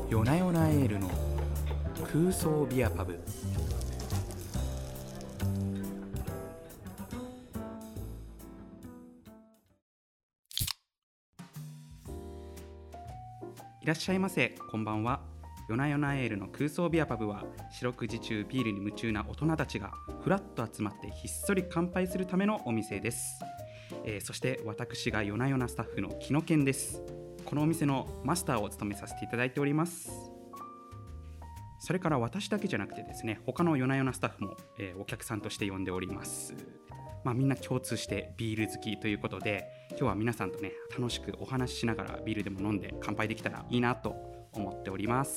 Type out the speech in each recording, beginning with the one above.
夜な夜なエールの空想ビアパブ。いらっしゃいませ、こんばんは。夜な夜なエールの空想ビアパブは、四六時中ビールに夢中な大人たちがふらっと集まってひっそり乾杯するためのお店です。そして私が夜な夜なスタッフの木野健です。このお店のマスターを務めさせていただいております。それから私だけじゃなくてですね、他の夜な夜なスタッフも、お客さんとして呼んでおります。みんな共通してビール好きということで、今日は皆さんとね楽しくお話ししながらビールでも飲んで乾杯できたらいいなと思っております。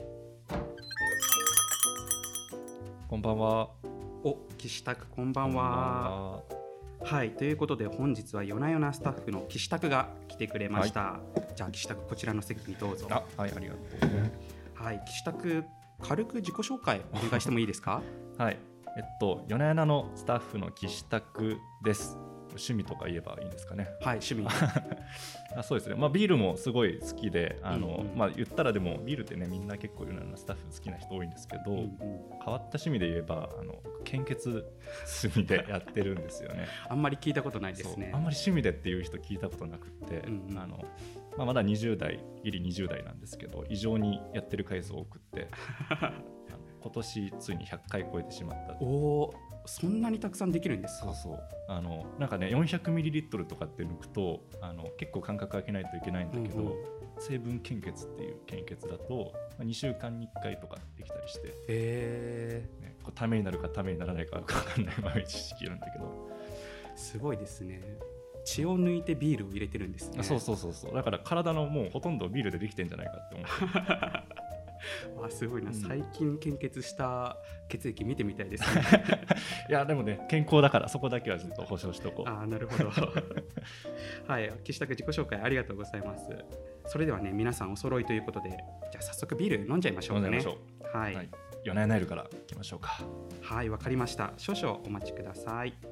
こんばんは。 岸拓こんばんは。はい、ということで本日は夜な夜なスタッフの岸拓が来てくれました。じゃあ岸拓、こちらの席にどうぞ。 はい、ありがとう。 はい、岸拓、軽く自己紹介お願いしてもいいですか？ はい、夜な夜なのスタッフの岸拓です。趣味とか言えばいいんですかね？ はい、趣味そうですね、ビールもすごい好きで、言ったらでもビールってね、みんな結構夜な夜なスタッフ好きな人多いんですけど、変わった趣味で言えば献血趣味でやってるんですよね。 あんまり聞いたことないですね。 あんまり趣味でっていう人聞いたことなくて、まだ20代ギリ20代なんですけど、異常にやってる回数多くって今年ついに100回超えてしまった。 そんなにたくさんできるんですか？ そうなんかね、400ml とかって抜くと結構間隔空けないといけないんだけど、成分献血っていう献血だと2週間に1回とかできたりして、こうためになるかためにならないか分かんない豆知識なんだけど、 すごいですね。血を抜いてビールを入れてるんですね。 そうだから体のもうほとんどビールでできてんじゃないかって思ってすごいな、最近献血した血液見てみたいですね。 いやでもね、健康だからそこだけはずっと保証しとこう。 なるほどはい、岸拓自己紹介ありがとうございます。それではね、皆さんお揃いということで、じゃあ早速ビール飲んじゃいましょうかね。はい、 夜な夜なエールからいきましょうか。 はい、わかりました。少々お待ちください。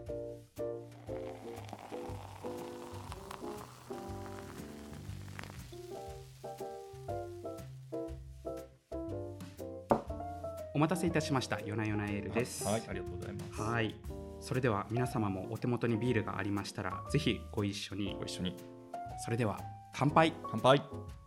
お待たせいたしました。夜な夜なエールです。 はい、ありがとうございます。 はい、それでは皆様もお手元にビールがありましたら、ぜひご一緒に。それでは乾杯。 乾杯。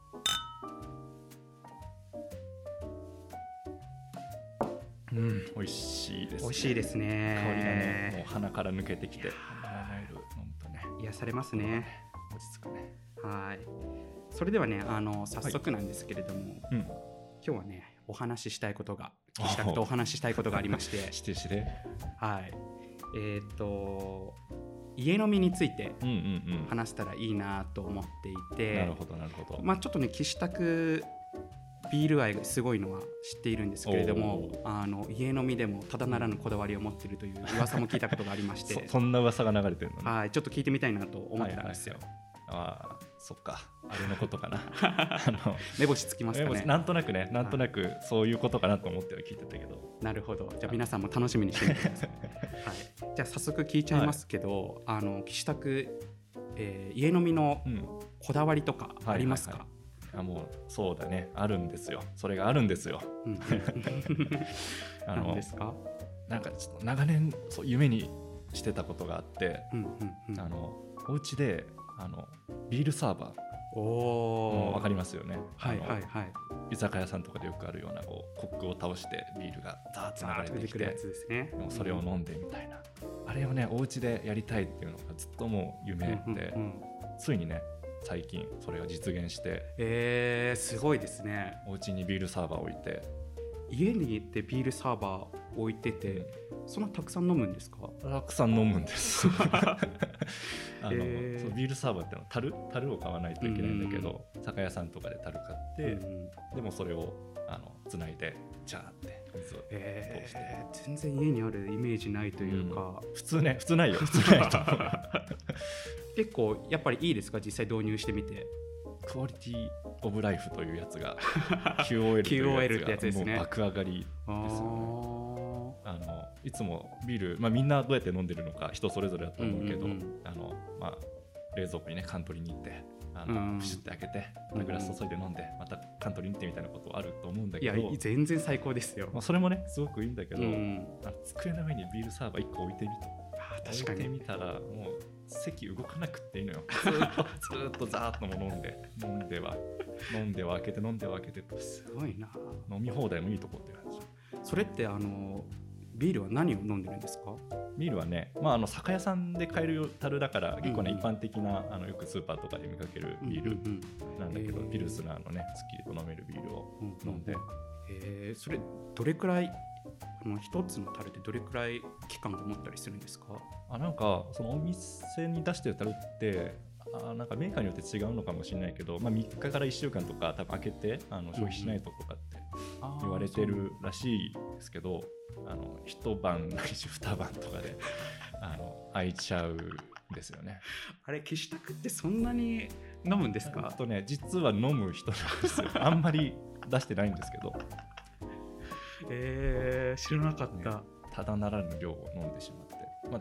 美味しいですね。 美味しいですね。 香りがね、もう鼻から抜けてきて、 癒されますね。 落ち着くね。 はい。それではね、早速なんですけれども、今日はね、お話ししたいことが、岸拓とお話ししたいことがありまして、 してはい。家飲みについて話せたらいいなと思っていて、 なるほど。 ちょっとね、岸拓ビール愛がすごいのは知っているんですけれども、家飲みでもただならぬこだわりを持っているという噂も聞いたことがありましてそんな噂が流れてるのね。 はい、ちょっと聞いてみたいなと思ったんですよ。 そっか、あれのことかな目星つきますかね。 なんとなくそういうことかなと思っては聞いてたけど。 なるほど。じゃあ皆さんも楽しみにしてみてください。はい、じゃあ早速聞いちゃいますけど、岸拓、家飲みのこだわりとかありますか？ もうそうだね、あるんですよ。それがあるんですよ。 何ですか？ なんかちょっと長年夢にしてたことがあって、お家でビールサーバー、わかりますよね。居酒屋さんとかでよくあるようなコックを倒してビールがザーッと流れてきて、それを飲んでみたいな、あれをねお家でやりたいっていうのがずっともう夢で、ついにね最近それが実現して、 すごいですね。 お家にビールサーバー置いて、 家に行ってビールサーバー置いてて、そんなたくさん飲むんですか？たくさん飲むんですビールサーバーってのは樽を買わないといけないんだけど、酒屋さんとかで樽買って、でもそれをつないでジャーって水を通して、 全然家にあるイメージないというか、 普通ないよ結構やっぱりいいですか？実際導入してみて。 クオリティオブライフというやつがQOL というやつがもう爆上がりですよね。いつもビール、みんなどうやって飲んでるのか人それぞれだと思うけど、 冷蔵庫にね缶取りに行ってプシュって開けてグラス注いで飲んでまた缶取りに行ってみたいなことあると思うんだけど、 いや全然最高ですよ。 それもねすごくいいんだけど、机の上にビールサーバー1個置いてみた確かに置いてみたらもう席動かなくっていいのよ。ずっとザーッとも飲んでは開けて飲んでは開けてとすごいな。 飲み放題もいいとこって感じ。 それってビールは何を飲んでるんですか？ ビールはね、酒屋さんで買える樽だから結構ね、一般的なよくスーパーとかで見かけるビールなんだけど、ピルスナーのねスッキリと飲めるビールを飲んで、 それどれくらい一つの樽ってどれくらい期間が持ったりするんですか？ なんかそのお店に出してる樽ってなんかメーカーによって違うのかもしれないけど、3日から1週間とか多分開けて消費しないととかって言われてるらしいですけど、一晩ないし二晩とかで開いちゃうんですよね。 あれ、岸田君ってそんなに飲むんですか？ 実は飲む人なんですよ。あんまり出してないんですけど。 知らなかった、 ね、ただならぬ量を飲んでしまって、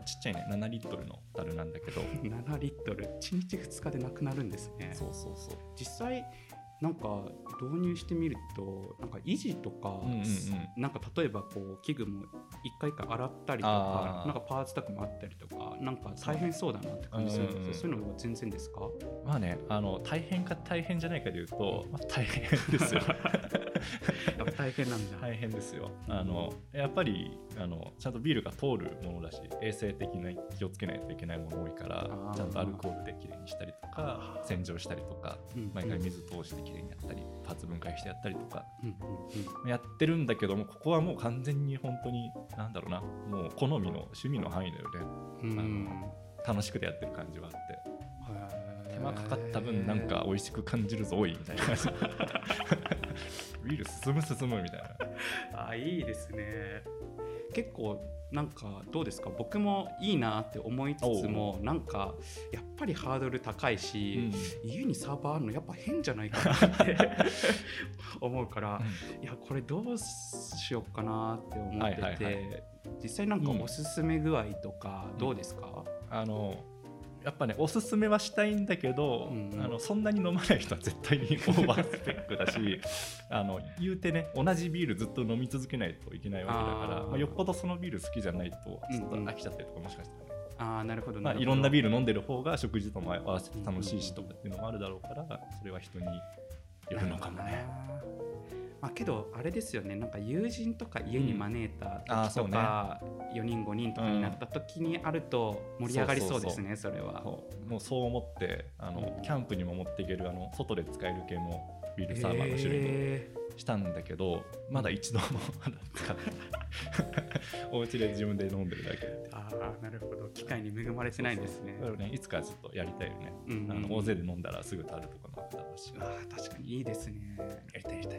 ちっちゃいね7リットルの樽なんだけど 7リットル1日2日でなくなるんですね。 そう実際なんか導入してみるとなんか維持とか、なんか例えばこう器具も一回一回洗ったりとかなんかパーツとかもあったりとかなんか大変そうだなって感じするんですけど、そういうのは全然ですか？ 大変か大変じゃないかでいうと、大変ですよ。 やっぱ大変なんだ。 大変ですよ。やっぱりちゃんとビールが通るものだし衛生的な気をつけないといけないもの多いからちゃんとアルコールできれいにしたりとか洗浄したりとか、毎回水通してきれいにやったりパーツ分解してやったりとか、やってるんだけども、ここはもう完全に本当になんだろうな、もう好みの趣味の範囲だよね。楽しくてやってる感じはあって、手間かかった分なんか美味しく感じるぞおいみたいな感じ。ビール進むみたいな。 いいですね。結構なんかどうですか？僕もいいなって思いつつもなんかやっぱりハードル高いし、家にサーバーあるのやっぱ変じゃないかなって思うから、いやこれどうしようかなって思ってて、実際なんかおすすめ具合とかどうですか？ やっぱねおすすめはしたいんだけど、そんなに飲まない人は絶対にオーバースペックだし言うてね同じビールずっと飲み続けないといけないわけだから、よっぽどそのビール好きじゃないとちょっと飽きちゃったりとかもしかしたらね、 なるほどいろんなビール飲んでる方が食事とも合わせて楽しいしとかっていうのもあるだろうから、それは人によるのかもね。 けどあれですよね、なんか友人とか家に招いた時とか、4人5人とかになった時にあると盛り上がりそうですね。それはもうそう思ってキャンプにも持っていける外で使える系のビールサーバーの種類もしたんだけど、まだ一度も使ってお家で自分で飲んでるだけで。 なるほど、機会に恵まれてないんですね。 いつかちょっとやりたいよね。大勢で飲んだらすぐ足るとかもあったろうし。 確かにいいですね。 やりたい。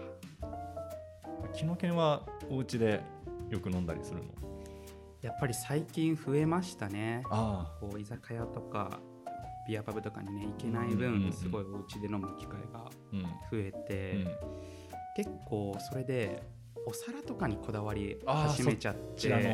木野犬はお家でよく飲んだりするの？ やっぱり最近増えましたね。こう居酒屋とかビアパブとかにね行けない分、すごいお家で飲む機会が増えて、結構それでお皿とかにこだわり始めちゃって、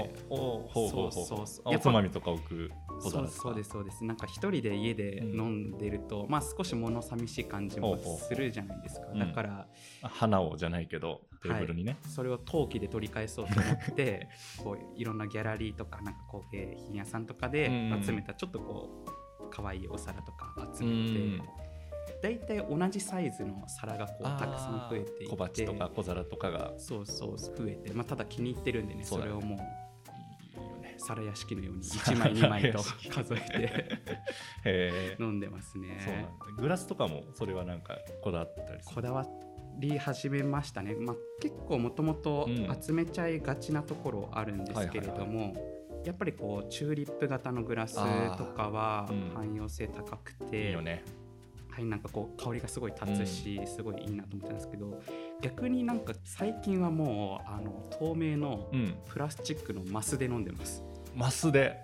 おつまみとか置く小皿とか。 そうです。なんか一人で家で飲んでると、少し物寂しい感じもするじゃないですか。だから花をじゃないけどテーブルにね、 それを陶器で取り返そうと思ってこういろんなギャラリーとかなんか工芸品屋さんとかで集めたちょっとこう可愛いお皿とか集めて、だいたい同じサイズの皿がこうたくさん増えていて、 小鉢とか小皿とかが増えて、ただ気に入ってるんでね、それをもう皿屋敷のように1枚2枚と数えて飲んでますね。 そうなんだ。グラスとかもそれはなんかこだわったりする？ こだわり始めましたね。結構もともと集めちゃいがちなところあるんですけれども、やっぱりこうチューリップ型のグラスとかは汎用性高くて、 いいよね。 なんかこう香りがすごい立つし、すごいいいなと思ったんですけど、逆になんか最近はもう透明のプラスチックのマスで飲んでます。 マスで、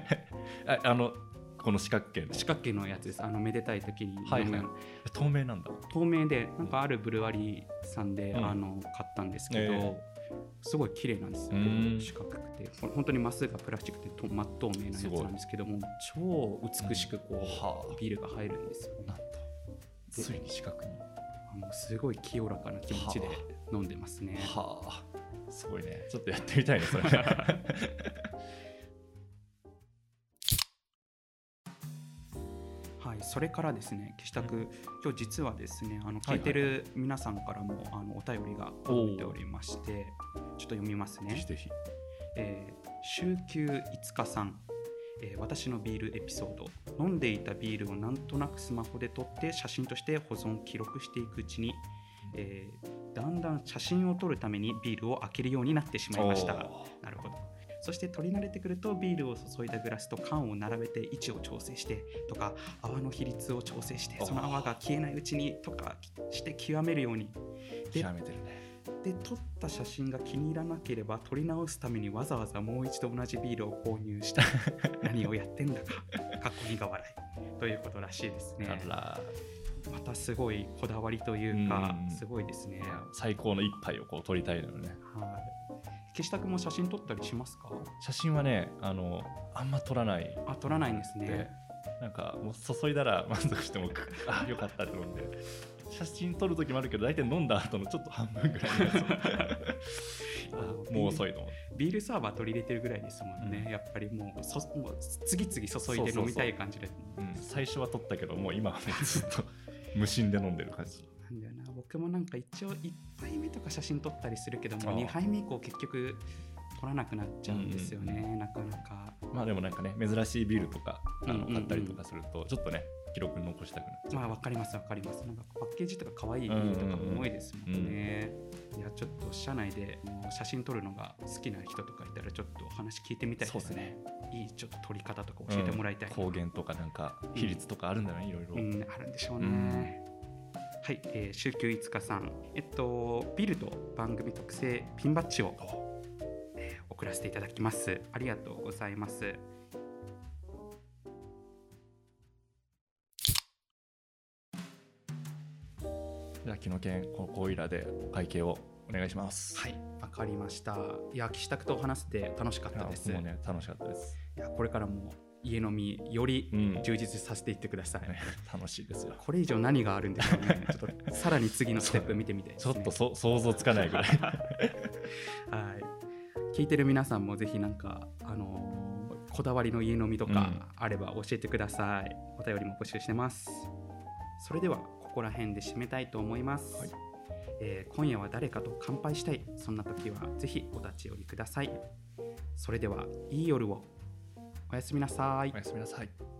この四角形のやつです。めでたい時に飲む、 透明なんだ。 透明でなんかあるブルワリーさんで買ったんですけど、 すごい綺麗なんですよ。四角くて本当にマスがプラスチックで真っ透明なやつなんですけども、超美しくビールが入るんですよ。 なんとついに四角にもうすごい清らかな気持ちで飲んでますね。 すごいね。ちょっとやってみたいねそれはい、それからですね、キシタク、今日実はですね、聞いてる皆さんからもお便りが届いておりまして、ちょっと読みますね。 ぜひ。 週休5日さん、私のビールエピソード。飲んでいたビールをなんとなくスマホで撮って写真として保存記録していくうちに、だんだん写真を撮るためにビールを開けるようになってしまいました。なるほど。そして取り慣れてくるとビールを注いだグラスと缶を並べて位置を調整してとか、泡の比率を調整してその泡が消えないうちにとかして極めるように。 極めてるね。 で撮った写真が気に入らなければ撮り直すためにわざわざもう一度同じビールを購入して何をやってんだかかっこ苦笑いということらしいですね。またすごいこだわりというか、すごいですね。 最高の一杯を撮りたいのよね。 はい。キシタクも写真撮ったりしますか？ 写真はね、あんま撮らない。 撮らないんですね。 なんかもう注いだら満足してもよかったって思うんで、写真撮る時もあるけど大体飲んだ後のちょっと半分ぐらいのやつもう遅いと思う。 ビールサーバー取り入れてるぐらいですもんね。やっぱりもう次々注いで飲みたい感じで。 最初は撮ったけどもう今はもうずっと無心で飲んでる感じなんだよな。僕もなんか一応1杯目とか写真撮ったりするけども2杯目以降結局撮らなくなっちゃうんですよね。なかなか。 まあでもなんかね、珍しいビールとか買ったりとかするとちょっとね記録に残したくなっちゃう。 まあわかります。なんかパッケージとか可愛いビールとかも多いですもんね。いやちょっと社内で写真撮るのが好きな人とかいたらちょっとお話聞いてみたいですね。いいちょっと撮り方とか教えてもらいたい。 光源とかなんか比率とかあるんだよね、いろいろ。 あるんでしょうね。はい、週休5日さん、ビルと番組特製ピンバッジを、送らせていただきます。ありがとうございます。 じゃあ、木の件ここいらでお会計をお願いします。 はい、わかりました。いや、キシタクと話して楽しかったです。 もうね、楽しかったです。 いや、これからも家飲みより充実させていってください。 楽しいですよ。 これ以上何があるんでしょうね。ちょっとさらに次のステップ見てみたいですね。 ちょっと想像つかないぐらい。 はい。聞いてる皆さんもぜひなんかこだわりの家飲みとかあれば教えてください。お便りも募集してます。それではここら辺で締めたいと思います。はい。今夜は誰かと乾杯したい。そんな時はぜひお立ち寄りください。それではいい夜を。おやすみなさい。 おやすみなさい。